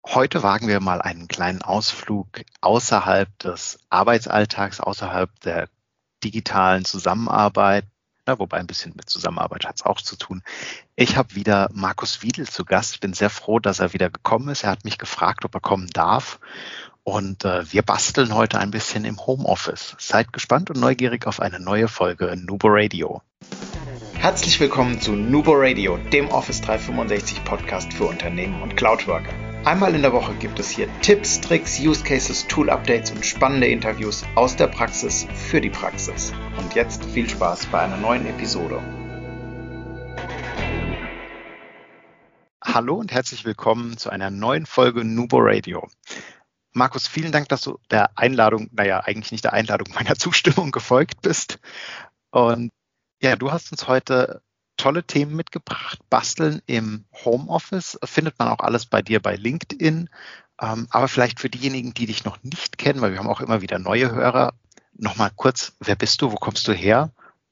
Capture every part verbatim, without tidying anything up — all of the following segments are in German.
Heute wagen wir mal einen kleinen Ausflug außerhalb des Arbeitsalltags, außerhalb der digitalen Zusammenarbeit, ja, wobei ein bisschen mit Zusammenarbeit hat es auch zu tun. Ich habe wieder Markus Wiedel zu Gast. Ich bin sehr froh, dass er wieder gekommen ist. Er hat mich gefragt, ob er kommen darf. Und äh, wir basteln heute ein bisschen im Homeoffice. Seid gespannt und neugierig auf eine neue Folge Nubo Radio. Herzlich willkommen zu Nubo Radio, dem Office dreihundertfünfundsechzig Podcast für Unternehmen und Cloudworker. Einmal in der Woche gibt es hier Tipps, Tricks, Use Cases, Tool-Updates und spannende Interviews aus der Praxis für die Praxis. Und jetzt viel Spaß bei einer neuen Episode. Hallo und herzlich willkommen zu einer neuen Folge Nubo Radio. Markus, vielen Dank, dass du der Einladung, naja, eigentlich nicht der Einladung, meiner Zustimmung gefolgt bist. Und ja, du hast uns heute tolle Themen mitgebracht. Basteln im Homeoffice findet man auch alles bei dir bei LinkedIn. Ähm, aber vielleicht für diejenigen, die dich noch nicht kennen, weil wir haben auch immer wieder neue Hörer, nochmal kurz, wer bist du, wo kommst du her?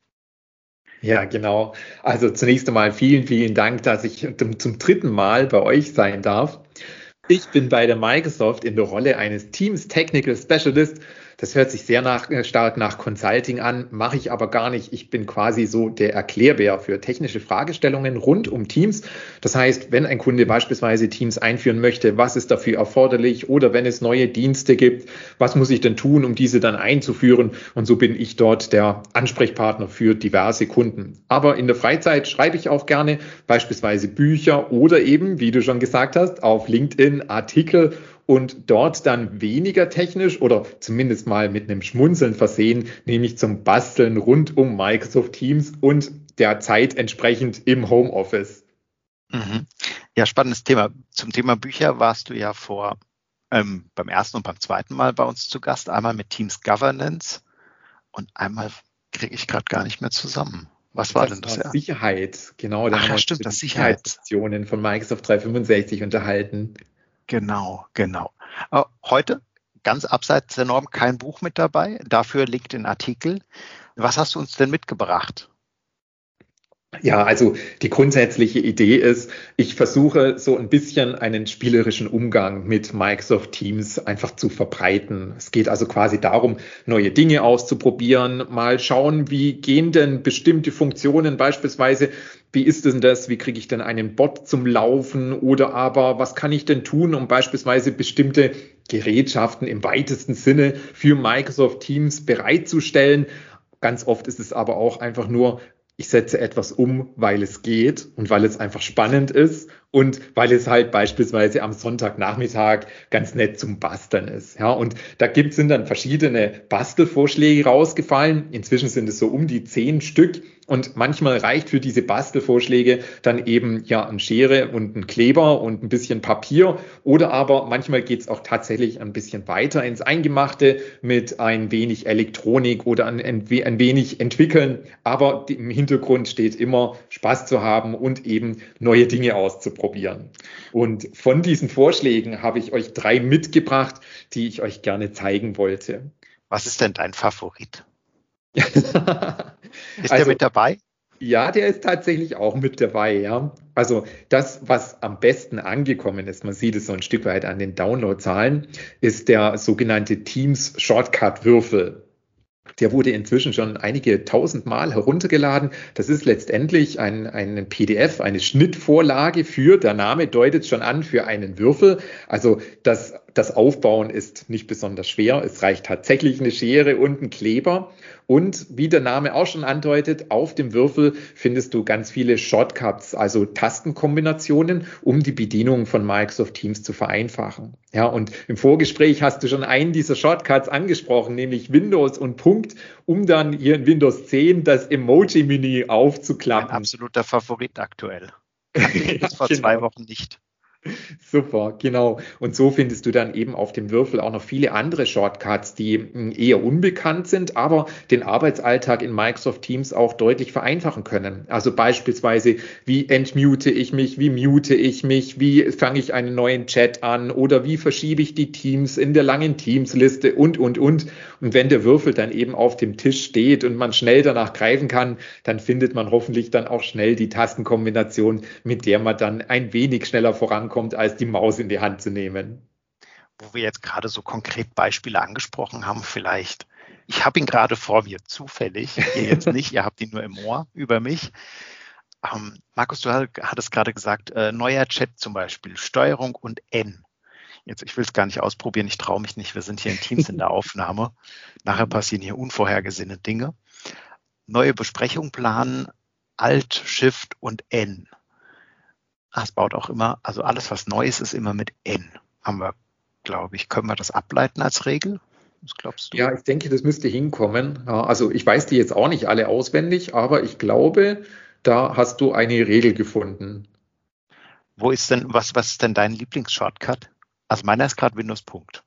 Ja, genau. Also zunächst einmal vielen, vielen Dank, dass ich zum dritten Mal bei euch sein darf. Ich bin bei der Microsoft in der Rolle eines Teams Technical Specialist. Das hört sich sehr nach, stark nach Consulting an, mache ich aber gar nicht. Ich bin quasi so der Erklärbär für technische Fragestellungen rund um Teams. Das heißt, wenn ein Kunde beispielsweise Teams einführen möchte, was ist dafür erforderlich? Oder wenn es neue Dienste gibt, was muss ich denn tun, um diese dann einzuführen? Und so bin ich dort der Ansprechpartner für diverse Kunden. Aber in der Freizeit schreibe ich auch gerne beispielsweise Bücher oder eben, wie du schon gesagt hast, auf LinkedIn Artikel und dort dann weniger technisch oder zumindest mal mit einem Schmunzeln versehen, nämlich zum Basteln rund um Microsoft Teams und der Zeit entsprechend im Homeoffice. Mhm. Ja, spannendes Thema. Zum Thema Bücher warst du ja vor ähm, beim ersten und beim zweiten Mal bei uns zu Gast. Einmal mit Teams Governance und einmal kriege ich gerade gar nicht mehr zusammen. Was war das denn das? War Sicherheit, genau. Da Ach, haben wir ja, uns stimmt, über das die Sicherheit. Sicherheitsoptionen von Microsoft dreihundertfünfundsechzig unterhalten. Genau, genau. Heute ganz abseits der Norm kein Buch mit dabei, dafür liegt ein Artikel. Was hast du uns denn mitgebracht? Ja, also die grundsätzliche Idee ist, ich versuche so ein bisschen einen spielerischen Umgang mit Microsoft Teams einfach zu verbreiten. Es geht also quasi darum, neue Dinge auszuprobieren, mal schauen, wie gehen denn bestimmte Funktionen beispielsweise, wie ist denn das, wie kriege ich denn einen Bot zum Laufen oder aber was kann ich denn tun, um beispielsweise bestimmte Gerätschaften im weitesten Sinne für Microsoft Teams bereitzustellen. Ganz oft ist es aber auch einfach nur, ich setze etwas um, weil es geht und weil es einfach spannend ist und weil es halt beispielsweise am Sonntagnachmittag ganz nett zum Basteln ist. Ja, und da gibt, sind dann verschiedene Bastelvorschläge rausgefallen. Inzwischen sind es so um die zehn Stück. Und manchmal reicht für diese Bastelvorschläge dann eben ja eine Schere und ein Kleber und ein bisschen Papier. Oder aber manchmal geht es auch tatsächlich ein bisschen weiter ins Eingemachte mit ein wenig Elektronik oder ein, ein wenig entwickeln. Aber im Hintergrund steht immer Spaß zu haben und eben neue Dinge auszuprobieren. Und von diesen Vorschlägen habe ich euch drei mitgebracht, die ich euch gerne zeigen wollte. Was ist denn dein Favorit? Ist also, der mit dabei? Ja, der ist tatsächlich auch mit dabei, ja. Also das, was am besten angekommen ist, man sieht es so ein Stück weit an den Downloadzahlen, ist der sogenannte Teams Shortcut Würfel. Der wurde inzwischen schon einige tausend Mal heruntergeladen. Das ist letztendlich ein, ein P D F, eine Schnittvorlage für, der Name deutet schon an, für einen Würfel. Also das, das Aufbauen ist nicht besonders schwer. Es reicht tatsächlich eine Schere und ein Kleber. Und wie der Name auch schon andeutet, auf dem Würfel findest du ganz viele Shortcuts, also Tastenkombinationen, um die Bedienung von Microsoft Teams zu vereinfachen. Ja, und im Vorgespräch hast du schon einen dieser Shortcuts angesprochen, nämlich Windows und Punkt, um dann hier in Windows zehn das Emoji-Menü aufzuklappen. Mein absoluter Favorit aktuell. Hatte ich bis vor genau. zwei Wochen nicht. Super, genau. Und so findest du dann eben auf dem Würfel auch noch viele andere Shortcuts, die eher unbekannt sind, aber den Arbeitsalltag in Microsoft Teams auch deutlich vereinfachen können. Also beispielsweise, wie entmute ich mich, wie mute ich mich, wie fange ich einen neuen Chat an oder wie verschiebe ich die Teams in der langen Teams-Liste und, und, und. Und wenn der Würfel dann eben auf dem Tisch steht und man schnell danach greifen kann, dann findet man hoffentlich dann auch schnell die Tastenkombination, mit der man dann ein wenig schneller vorankommt kommt, als die Maus in die Hand zu nehmen. Wo wir jetzt gerade so konkret Beispiele angesprochen haben, vielleicht, ich habe ihn gerade vor mir, zufällig, ihr jetzt nicht, ihr habt ihn nur im Ohr über mich. Ähm, Markus, du hattest gerade gesagt, äh, neuer Chat zum Beispiel, Steuerung und N. Jetzt, ich will es gar nicht ausprobieren, ich traue mich nicht, wir sind hier in Teams in der Aufnahme. Nachher passieren hier unvorhergesehene Dinge. Neue Besprechung planen, Alt, Shift und N. Ah, es baut auch immer, also alles, was neu ist, ist immer mit N. Haben wir, glaube ich, können wir das ableiten als Regel? Was glaubst du? Ja, ich denke, das müsste hinkommen. Ja, also ich weiß die jetzt auch nicht alle auswendig, aber ich glaube, da hast du eine Regel gefunden. Wo ist denn, was, was ist denn dein Lieblingsshortcut? Also meiner ist gerade Windows Punkt.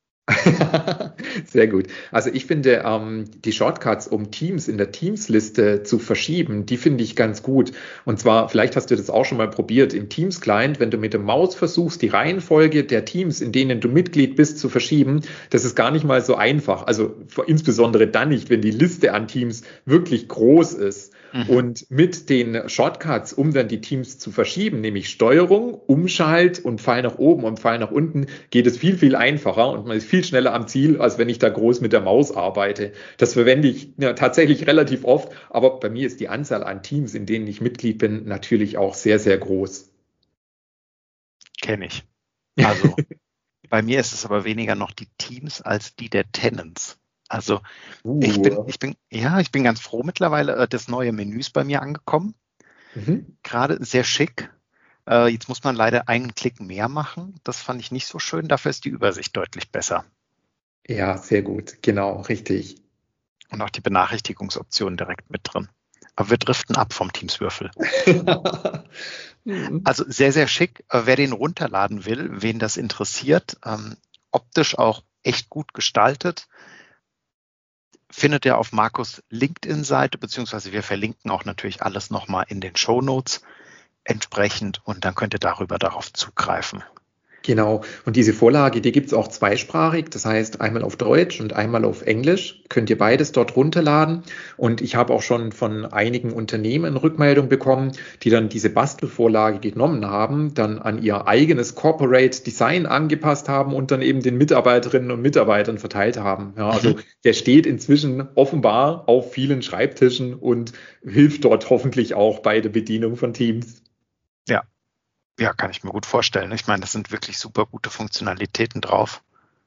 Sehr gut. Also ich finde, ähm, die Shortcuts, um Teams in der Teams-Liste zu verschieben, die finde ich ganz gut. Und zwar, vielleicht hast du das auch schon mal probiert, im Teams-Client, wenn du mit der Maus versuchst, die Reihenfolge der Teams, in denen du Mitglied bist, zu verschieben, das ist gar nicht mal so einfach. Also insbesondere dann nicht, wenn die Liste an Teams wirklich groß ist. Mhm. Und mit den Shortcuts, um dann die Teams zu verschieben, nämlich Steuerung, Umschalt und Pfeil nach oben und Pfeil nach unten, geht es viel, viel einfacher und man ist viel schneller am Ziel, als wenn ich da groß mit der Maus arbeite. Das verwende ich ja, tatsächlich relativ oft, aber bei mir ist die Anzahl an Teams, in denen ich Mitglied bin, natürlich auch sehr, sehr groß. Kenne ich. Also bei mir ist es aber weniger noch die Teams als die der Tenants. Also uh. ich bin, ich bin, ja, ich bin ganz froh mittlerweile, das neue Menü ist bei mir angekommen. Mhm. Gerade sehr schick. Äh, jetzt muss man leider einen Klick mehr machen. Das fand ich nicht so schön. Dafür ist die Übersicht deutlich besser. Ja, sehr gut. Genau, richtig. Und auch die Benachrichtigungsoption direkt mit drin. Aber wir driften ab vom Teamswürfel. Also sehr, sehr schick. Wer den runterladen will, wen das interessiert, ähm, optisch auch echt gut gestaltet, findet ihr auf Markus' LinkedIn-Seite, beziehungsweise wir verlinken auch natürlich alles nochmal in den Shownotes entsprechend und dann könnt ihr darüber darauf zugreifen. Genau. Und diese Vorlage, die gibt es auch zweisprachig. Das heißt, einmal auf Deutsch und einmal auf Englisch. Könnt ihr beides dort runterladen. Und ich habe auch schon von einigen Unternehmen Rückmeldung bekommen, die dann diese Bastelvorlage genommen haben, dann an ihr eigenes Corporate Design angepasst haben und dann eben den Mitarbeiterinnen und Mitarbeitern verteilt haben. Ja, also der steht inzwischen offenbar auf vielen Schreibtischen und hilft dort hoffentlich auch bei der Bedienung von Teams. Ja. Ja, kann ich mir gut vorstellen. Ich meine, das sind wirklich super gute Funktionalitäten drauf.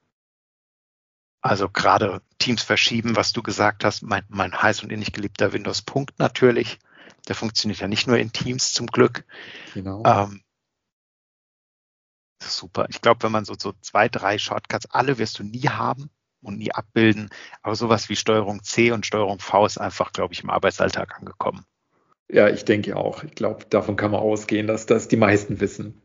Also gerade Teams verschieben, was du gesagt hast, mein, mein heiß und innig geliebter Windows Punkt natürlich. Der funktioniert ja nicht nur in Teams zum Glück. Genau. Ähm, das ist super. Ich glaube, wenn man so, so zwei, drei Shortcuts, alle wirst du nie haben und nie abbilden. Aber sowas wie Steuerung C und Steuerung V ist einfach, glaube ich, im Arbeitsalltag angekommen. Ja, ich denke auch. Ich glaube, davon kann man ausgehen, dass das die meisten wissen.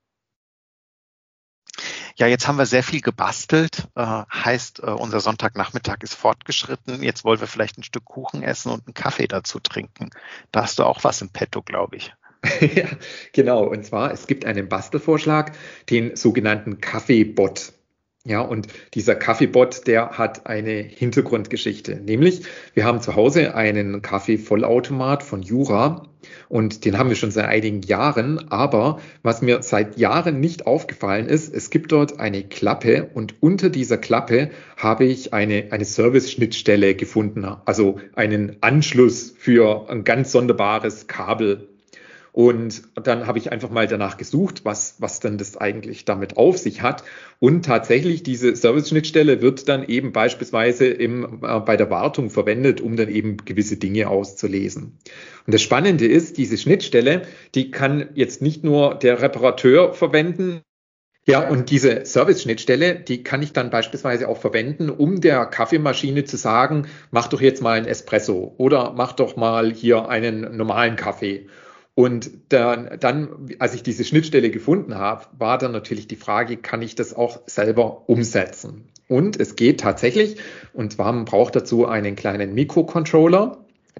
Ja, jetzt haben wir sehr viel gebastelt. Äh, heißt, äh, unser Sonntagnachmittag ist fortgeschritten. Jetzt wollen wir vielleicht ein Stück Kuchen essen und einen Kaffee dazu trinken. Da hast du auch was im Petto, glaube ich. Ja, genau. Und zwar, es gibt einen Bastelvorschlag, den sogenannten Kaffeebot. Ja, und dieser Kaffeebot, der hat eine Hintergrundgeschichte. Nämlich, wir haben zu Hause einen Kaffeevollautomat von Jura und den haben wir schon seit einigen Jahren. Aber was mir seit Jahren nicht aufgefallen ist, es gibt dort eine Klappe und unter dieser Klappe habe ich eine, eine Service-Schnittstelle gefunden. Also einen Anschluss für ein ganz sonderbares Kabel. Und dann habe ich einfach mal danach gesucht, was, was denn das eigentlich damit auf sich hat. Und tatsächlich, diese Service-Schnittstelle wird dann eben beispielsweise im, äh, bei der Wartung verwendet, um dann eben gewisse Dinge auszulesen. Und das Spannende ist, diese Schnittstelle, die kann jetzt nicht nur der Reparateur verwenden. Ja, und diese Service-Schnittstelle, die kann ich dann beispielsweise auch verwenden, um der Kaffeemaschine zu sagen, mach doch jetzt mal einen Espresso oder mach doch mal hier einen normalen Kaffee. Und dann, dann, als ich diese Schnittstelle gefunden habe, war dann natürlich die Frage, kann ich das auch selber umsetzen? Und es geht tatsächlich, und zwar man braucht dazu einen kleinen Mikrocontroller.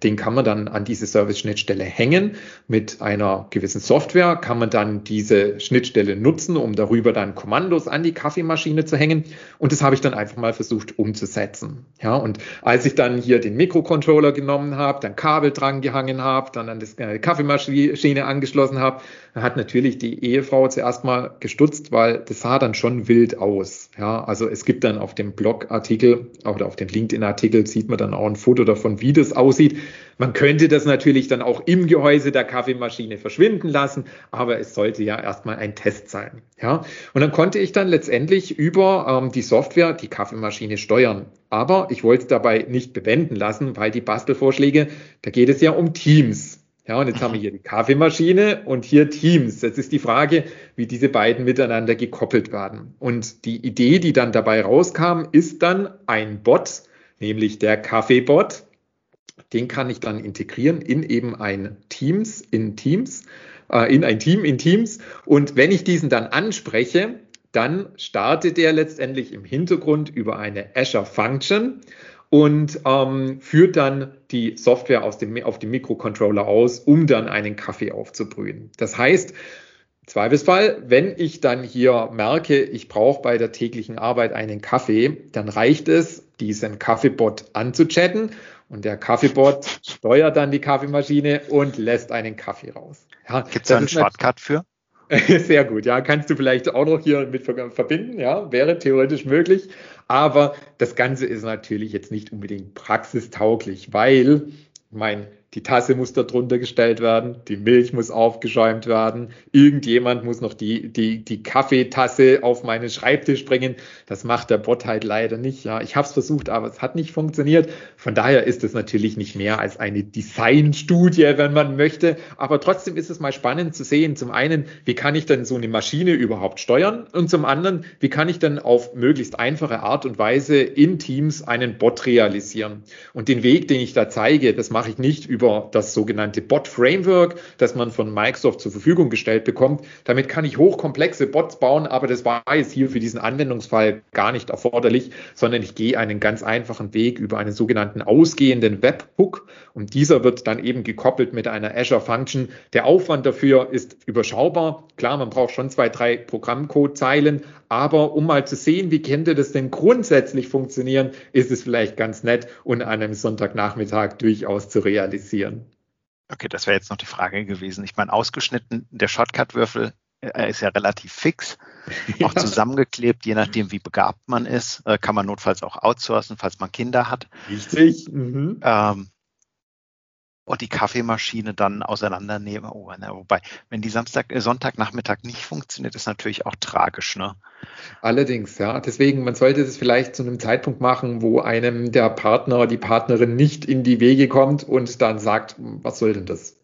Den kann man dann an diese Service-Schnittstelle hängen. Mit einer gewissen Software kann man dann diese Schnittstelle nutzen, um darüber dann Kommandos an die Kaffeemaschine zu hängen. Und das habe ich dann einfach mal versucht umzusetzen. Ja, und als ich dann hier den Mikrocontroller genommen habe, dann Kabel dran gehangen habe, dann an die Kaffeemaschine angeschlossen habe, hat natürlich die Ehefrau zuerst mal gestutzt, weil das sah dann schon wild aus. Ja, also es gibt dann auf dem Blogartikel oder auf dem LinkedIn-Artikel sieht man dann auch ein Foto davon, wie das aussieht. Man könnte das natürlich dann auch im Gehäuse der Kaffeemaschine verschwinden lassen, aber es sollte ja erstmal ein Test sein. Ja, und dann konnte ich dann letztendlich über ähm, die Software die Kaffeemaschine steuern. Aber ich wollte es dabei nicht bewenden lassen, weil die Bastelvorschläge, da geht es ja um Teams. Ja, und jetzt haben wir hier die Kaffeemaschine und hier Teams. Jetzt ist die Frage, wie diese beiden miteinander gekoppelt werden. Und die Idee, die dann dabei rauskam, ist dann ein Bot, nämlich der Kaffeebot. Den kann ich dann integrieren in eben ein Teams, in Teams, äh, in ein Team, in Teams. Und wenn ich diesen dann anspreche, dann startet der letztendlich im Hintergrund über eine Azure Function und ähm, führt dann die Software aus dem, auf dem Mikrocontroller aus, um dann einen Kaffee aufzubrühen. Das heißt, im Zweifelsfall, wenn ich dann hier merke, ich brauche bei der täglichen Arbeit einen Kaffee, dann reicht es, diesen Kaffeebot anzuchatten und der Kaffeebot steuert dann die Kaffeemaschine und lässt einen Kaffee raus. Ja, gibt es da einen Shortcut für? Sehr gut, ja, kannst du vielleicht auch noch hier mit verbinden, ja, wäre theoretisch möglich, aber das Ganze ist natürlich jetzt nicht unbedingt praxistauglich, weil, mein, die Tasse muss da drunter gestellt werden, die Milch muss aufgeschäumt werden, irgendjemand muss noch die, die, die Kaffeetasse auf meinen Schreibtisch bringen. Das macht der Bot halt leider nicht. Ja, ich habe es versucht, aber es hat nicht funktioniert. Von daher ist es natürlich nicht mehr als eine Designstudie, wenn man möchte. Aber trotzdem ist es mal spannend zu sehen. Zum einen, wie kann ich denn so eine Maschine überhaupt steuern? Und zum anderen, wie kann ich dann auf möglichst einfache Art und Weise in Teams einen Bot realisieren? Und den Weg, den ich da zeige, das mache ich nicht über über das sogenannte Bot-Framework, das man von Microsoft zur Verfügung gestellt bekommt. Damit kann ich hochkomplexe Bots bauen, aber das war jetzt hier für diesen Anwendungsfall gar nicht erforderlich, sondern ich gehe einen ganz einfachen Weg über einen sogenannten ausgehenden Webhook und dieser wird dann eben gekoppelt mit einer Azure Function. Der Aufwand dafür ist überschaubar. Klar, man braucht schon zwei, drei Programmcodezeilen, aber um mal zu sehen, wie könnte das denn grundsätzlich funktionieren, ist es vielleicht ganz nett und an einem Sonntagnachmittag durchaus zu realisieren. Okay, das wäre jetzt noch die Frage gewesen. Ich meine, ausgeschnitten, der Shortcut-Würfel äh, ist ja relativ fix, ja. Auch zusammengeklebt, je nachdem, wie begabt man ist, äh, kann man notfalls auch outsourcen, falls man Kinder hat. Richtig. Mhm. Ähm, und die Kaffeemaschine dann auseinandernehmen. Oh, na, wobei, wenn die Samstag, äh, Sonntagnachmittag nicht funktioniert, ist natürlich auch tragisch, ne? Allerdings, ja. Deswegen, man sollte das vielleicht zu einem Zeitpunkt machen, wo einem der Partner, die Partnerin nicht in die Wege kommt und dann sagt, was soll denn das?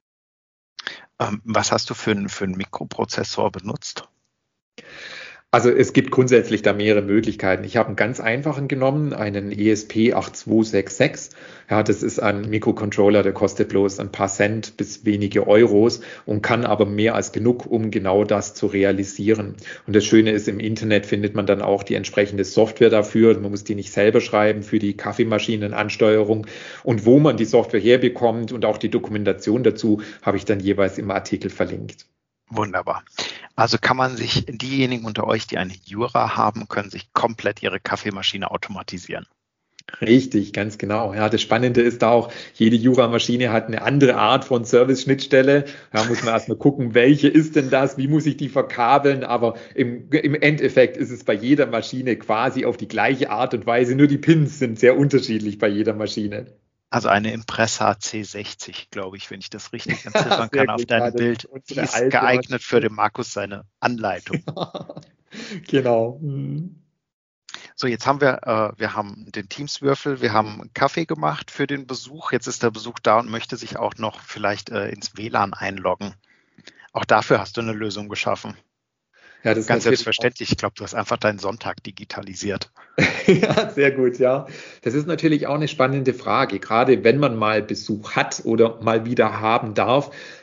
Ähm, was hast du für, für einen Mikroprozessor benutzt? Also es gibt grundsätzlich da mehrere Möglichkeiten. Ich habe einen ganz einfachen genommen, einen E S P acht zwei sechs sechs. Ja, das ist ein Mikrocontroller, der kostet bloß ein paar Cent bis wenige Euros und kann aber mehr als genug, um genau das zu realisieren. Und das Schöne ist, im Internet findet man dann auch die entsprechende Software dafür. Man muss die nicht selber schreiben für die Kaffeemaschinenansteuerung. Und wo man die Software herbekommt und auch die Dokumentation dazu, habe ich dann jeweils im Artikel verlinkt. Wunderbar. Also kann man sich, diejenigen unter euch, die eine Jura haben, können sich komplett ihre Kaffeemaschine automatisieren. Richtig, ganz genau. Ja, das Spannende ist auch, jede Jura-Maschine hat eine andere Art von Service-Schnittstelle. Da muss man erstmal gucken, welche ist denn das, wie muss ich die verkabeln, aber im, im Endeffekt ist es bei jeder Maschine quasi auf die gleiche Art und Weise, nur die Pins sind sehr unterschiedlich bei jeder Maschine. Also eine Impressa C sechzig, glaube ich, wenn ich das richtig entziffern kann auf deinem ja, Bild. Die ist geeignet Maschine. Für den Markus seine Anleitung. Genau. Mhm. So, jetzt haben wir, äh, wir haben den Teams-Würfel, wir haben Kaffee gemacht für den Besuch. Jetzt ist der Besuch da und möchte sich auch noch vielleicht äh, ins W L A N einloggen. Auch dafür hast du eine Lösung geschaffen. Ja, das ist ganz selbstverständlich. Ich glaube, du hast einfach deinen Sonntag digitalisiert. Ja, sehr gut, ja. Das ist natürlich auch eine spannende Frage. Gerade wenn man mal Besuch hat oder mal wieder haben darf,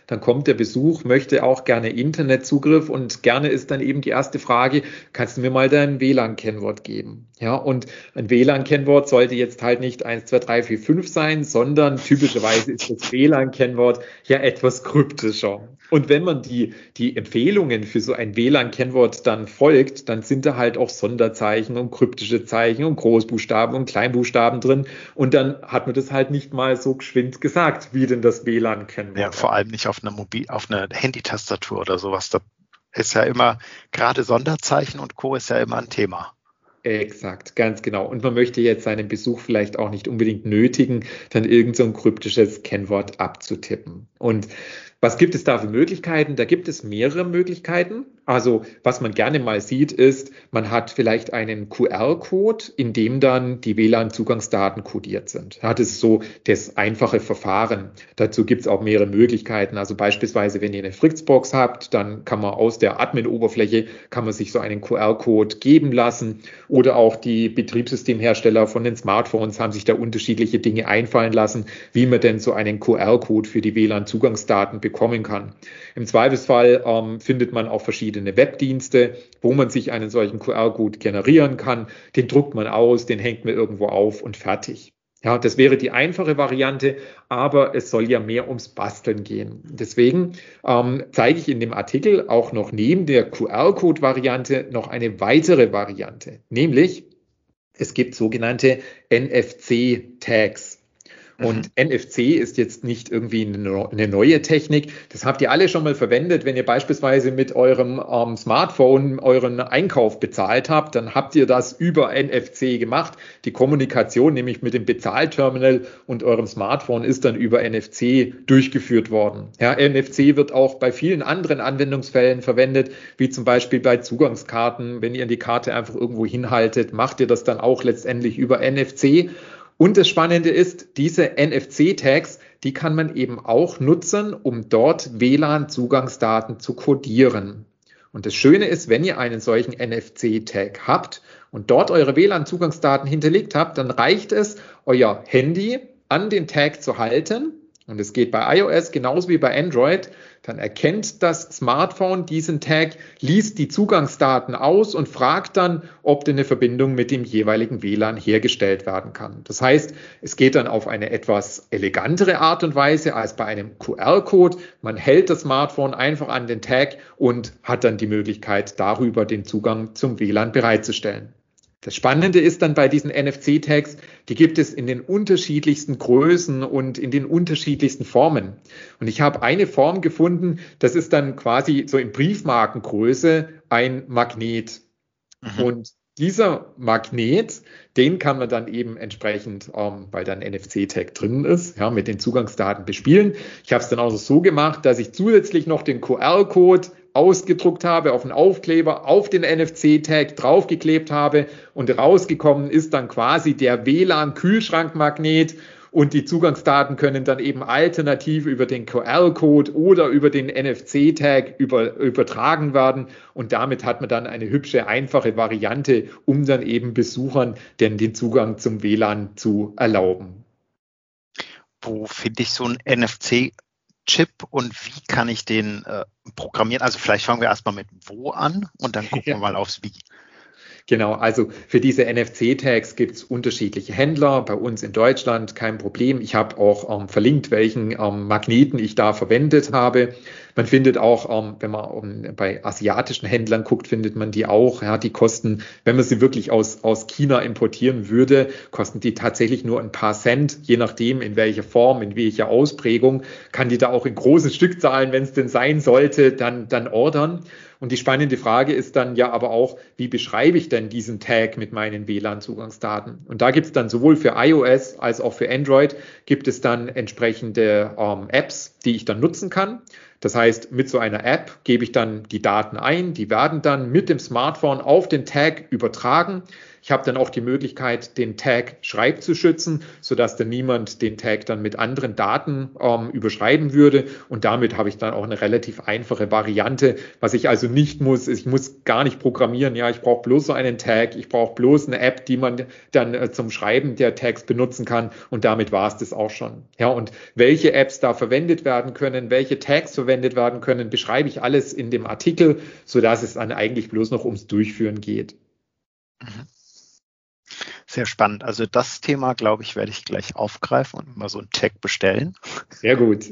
dann kommt der Besuch, möchte auch gerne Internetzugriff und gerne ist dann eben die erste Frage, kannst du mir mal dein W L A N-Kennwort geben? Ja, und ein W L A N-Kennwort sollte jetzt halt nicht eins, zwei, drei, vier, fünf sein, sondern typischerweise ist das W L A N-Kennwort ja etwas kryptischer. Und wenn man die, die Empfehlungen für so ein W L A N-Kennwort dann folgt, dann sind da halt auch Sonderzeichen und kryptische Zeichen und Großbuchstaben und Kleinbuchstaben drin. Und dann hat man das halt nicht mal so geschwind gesagt, wie denn das W L A N-Kennwort. Ja, vor allem nicht auf einer Mobil, auf einer Handytastatur oder sowas. Da ist ja immer, gerade Sonderzeichen und Co. ist ja immer ein Thema. Exakt, ganz genau. Und man möchte jetzt seinen Besuch vielleicht auch nicht unbedingt nötigen, dann irgend so ein kryptisches Kennwort abzutippen. Und was gibt es da für Möglichkeiten? Da gibt es mehrere Möglichkeiten. Also was man gerne mal sieht, ist, man hat vielleicht einen Q R-Code, in dem dann die W L A N-Zugangsdaten kodiert sind. Ja, das ist so das einfache Verfahren. Dazu gibt es auch mehrere Möglichkeiten. Also beispielsweise, wenn ihr eine Fritzbox habt, dann kann man aus der Admin-Oberfläche, kann man sich so einen Q R-Code geben lassen. Oder auch die Betriebssystemhersteller von den Smartphones haben sich da unterschiedliche Dinge einfallen lassen, wie man denn so einen Q R-Code für die W L A N-Zugangsdaten bekommen kann. Im Zweifelsfall ähm, findet man auch verschiedene Webdienste, wo man sich einen solchen Q R-Code generieren kann. Den druckt man aus, den hängt man irgendwo auf und fertig. Ja, das wäre die einfache Variante, aber es soll ja mehr ums Basteln gehen. Deswegen ähm, zeige ich in dem Artikel auch noch neben der Q R-Code-Variante noch eine weitere Variante, nämlich es gibt sogenannte N F C-Tags. Und mhm. N F C ist jetzt nicht irgendwie eine neue Technik. Das habt ihr alle schon mal verwendet. Wenn ihr beispielsweise mit eurem ähm, Smartphone euren Einkauf bezahlt habt, dann habt ihr das über N F C gemacht. Die Kommunikation nämlich mit dem Bezahlterminal und eurem Smartphone ist dann über N F C durchgeführt worden. Ja, N F C wird auch bei vielen anderen Anwendungsfällen verwendet, wie zum Beispiel bei Zugangskarten. Wenn ihr die Karte einfach irgendwo hinhaltet, macht ihr das dann auch letztendlich über N F C. Und das Spannende ist, diese N F C-Tags, die kann man eben auch nutzen, um dort W L A N-Zugangsdaten zu kodieren. Und das Schöne ist, wenn ihr einen solchen N F C-Tag habt und dort eure W L A N-Zugangsdaten hinterlegt habt, dann reicht es, euer Handy an den Tag zu halten. Und es geht bei iOS genauso wie bei Android. Dann erkennt das Smartphone diesen Tag, liest die Zugangsdaten aus und fragt dann, ob denn eine Verbindung mit dem jeweiligen W L A N hergestellt werden kann. Das heißt, es geht dann auf eine etwas elegantere Art und Weise als bei einem Q R-Code. Man hält das Smartphone einfach an den Tag und hat dann die Möglichkeit, darüber den Zugang zum W L A N bereitzustellen. Das Spannende ist dann bei diesen N F C-Tags, die gibt es in den unterschiedlichsten Größen und in den unterschiedlichsten Formen. Und ich habe eine Form gefunden, das ist dann quasi so in Briefmarkengröße ein Magnet. Mhm. Und dieser Magnet, den kann man dann eben entsprechend, ähm, weil dann N F C-Tag drin ist, ja, mit den Zugangsdaten bespielen. Ich habe es dann auch so gemacht, dass ich zusätzlich noch den Q R-Code ausgedruckt habe, auf einen Aufkleber, auf den N F C-Tag draufgeklebt habe und rausgekommen ist dann quasi der W L A N-Kühlschrankmagnet und die Zugangsdaten können dann eben alternativ über den Q R-Code oder über den N F C-Tag über, übertragen werden und damit hat man dann eine hübsche, einfache Variante, um dann eben Besuchern denn den Zugang zum W L A N zu erlauben. Wo finde ich so ein N F C Chip und wie kann ich den äh, programmieren? Also vielleicht fangen wir erstmal mit wo an und dann gucken ja. wir mal aufs Wie. Genau, also für diese N F C-Tags gibt es unterschiedliche Händler, bei uns in Deutschland kein Problem. Ich habe auch ähm, verlinkt, welchen ähm, Magneten ich da verwendet habe. Man findet auch, ähm, wenn man um, bei asiatischen Händlern guckt, findet man die auch. Ja, die kosten, wenn man sie wirklich aus, aus China importieren würde, kosten die tatsächlich nur ein paar Cent, je nachdem in welcher Form, in welcher Ausprägung, kann die da auch in großen Stückzahlen, wenn es denn sein sollte, dann, dann ordern. Und die spannende Frage ist dann ja aber auch, wie beschreibe ich denn diesen Tag mit meinen W L A N-Zugangsdaten? Und da gibt es dann sowohl für iOS als auch für Android gibt es dann entsprechende ähm, Apps, die ich dann nutzen kann. Das heißt, mit so einer App gebe ich dann die Daten ein, die werden dann mit dem Smartphone auf den Tag übertragen. Ich habe dann auch die Möglichkeit, den Tag Schreib zu schützen, sodass dann niemand den Tag dann mit anderen Daten ähm, überschreiben würde. Und damit habe ich dann auch eine relativ einfache Variante. Was ich also nicht muss, ist, ich muss gar nicht programmieren. Ja, ich brauche bloß so einen Tag. Ich brauche bloß eine App, die man dann äh, zum Schreiben der Tags benutzen kann. Und damit war es das auch schon. Ja, und welche Apps da verwendet werden können, welche Tags verwendet werden können, beschreibe ich alles in dem Artikel, sodass es dann eigentlich bloß noch ums Durchführen geht. Sehr spannend. Also das Thema, glaube ich, werde ich gleich aufgreifen und mal so einen Tag bestellen. Sehr gut.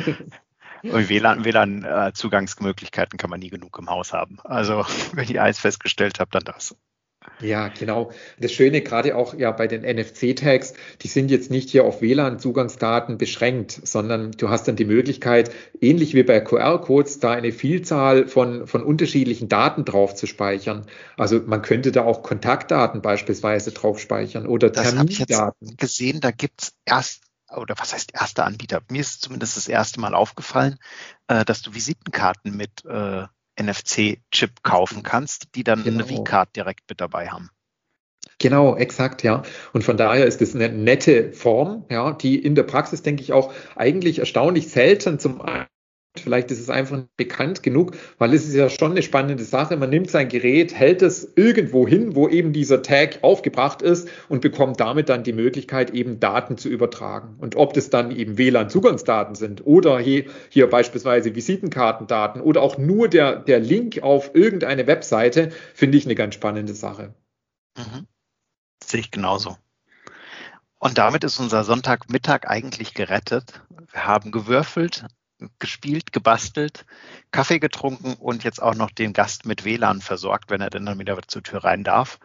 Und W L A N, W L A N-Zugangsmöglichkeiten kann man nie genug im Haus haben. Also wenn ich eins festgestellt habe, dann das. Ja, genau. Das Schöne gerade auch ja bei den N F C-Tags, die sind jetzt nicht hier auf W L A N-Zugangsdaten beschränkt, sondern du hast dann die Möglichkeit, ähnlich wie bei Q R-Codes, da eine Vielzahl von, von unterschiedlichen Daten drauf zu speichern. Also man könnte da auch Kontaktdaten beispielsweise drauf speichern oder Das habe ich Termindaten. jetzt gesehen, da gibt's erst, oder was heißt erster Anbieter? Mir ist zumindest das erste Mal aufgefallen, äh, dass du Visitenkarten mit äh, N F C-Chip kaufen kannst, die dann Genau. eine V-Card direkt mit dabei haben. Genau, exakt, ja. Und von daher ist es eine nette Form, ja, die in der Praxis, denke ich, auch eigentlich erstaunlich selten zum einen, vielleicht ist es einfach nicht bekannt genug, weil es ist ja schon eine spannende Sache. Man nimmt sein Gerät, hält es irgendwo hin, wo eben dieser Tag aufgebracht ist und bekommt damit dann die Möglichkeit, eben Daten zu übertragen. Und ob das dann eben W L A N-Zugangsdaten sind oder hier, hier beispielsweise Visitenkartendaten oder auch nur der, der Link auf irgendeine Webseite, finde ich eine ganz spannende Sache. Mhm. Sehe ich genauso. Und damit ist unser Sonntagmittag eigentlich gerettet. Wir haben gewürfelt, gespielt, gebastelt, Kaffee getrunken und jetzt auch noch den Gast mit W L A N versorgt, wenn er denn dann wieder zur Tür rein darf.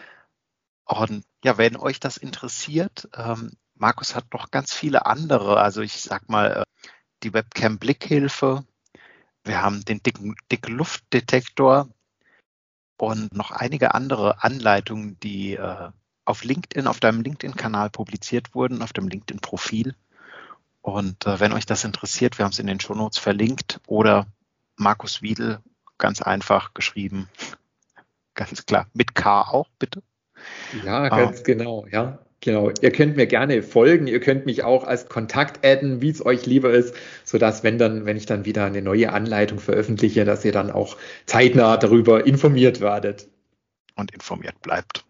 Und ja, wenn euch das interessiert, ähm, Markus hat noch ganz viele andere, also ich sag mal, äh, die Webcam Blickhilfe, wir haben den dicken, dicken Luftdetektor und noch einige andere Anleitungen, die äh, auf LinkedIn, auf deinem LinkedIn-Kanal publiziert wurden, auf dem LinkedIn-Profil. Und äh, wenn euch das interessiert, wir haben es in den Shownotes verlinkt oder Markus Wiedel, ganz einfach geschrieben, ganz klar, mit K auch, bitte. Ja, ganz ähm, genau, ja. Genau. Ihr könnt mir gerne folgen, ihr könnt mich auch als Kontakt adden, wie es euch lieber ist, sodass, wenn dann, wenn ich dann wieder eine neue Anleitung veröffentliche, dass ihr dann auch zeitnah darüber informiert werdet. Und informiert bleibt.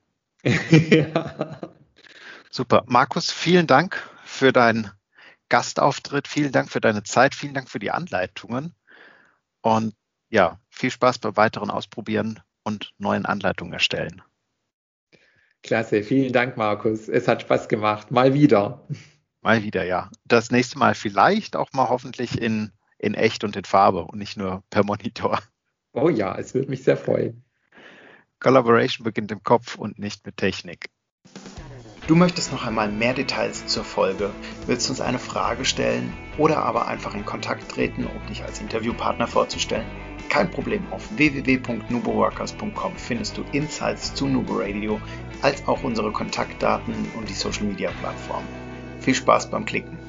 Ja. Super. Markus, vielen Dank für deinen Gastauftritt, vielen Dank für deine Zeit, vielen Dank für die Anleitungen und ja, viel Spaß beim weiteren Ausprobieren und neuen Anleitungen erstellen. Klasse, vielen Dank, Markus. Es hat Spaß gemacht. Mal wieder. Mal wieder, ja. Das nächste Mal vielleicht auch mal hoffentlich in, in echt und in Farbe und nicht nur per Monitor. Oh ja, es würde mich sehr freuen. Collaboration beginnt im Kopf und nicht mit Technik. Du möchtest noch einmal mehr Details zur Folge, willst uns eine Frage stellen oder aber einfach in Kontakt treten, um dich als Interviewpartner vorzustellen? Kein Problem, auf w w w punkt nuboworkers punkt com findest du Insights zu Nubo Radio, als auch unsere Kontaktdaten und die Social Media Plattform. Viel Spaß beim Klicken!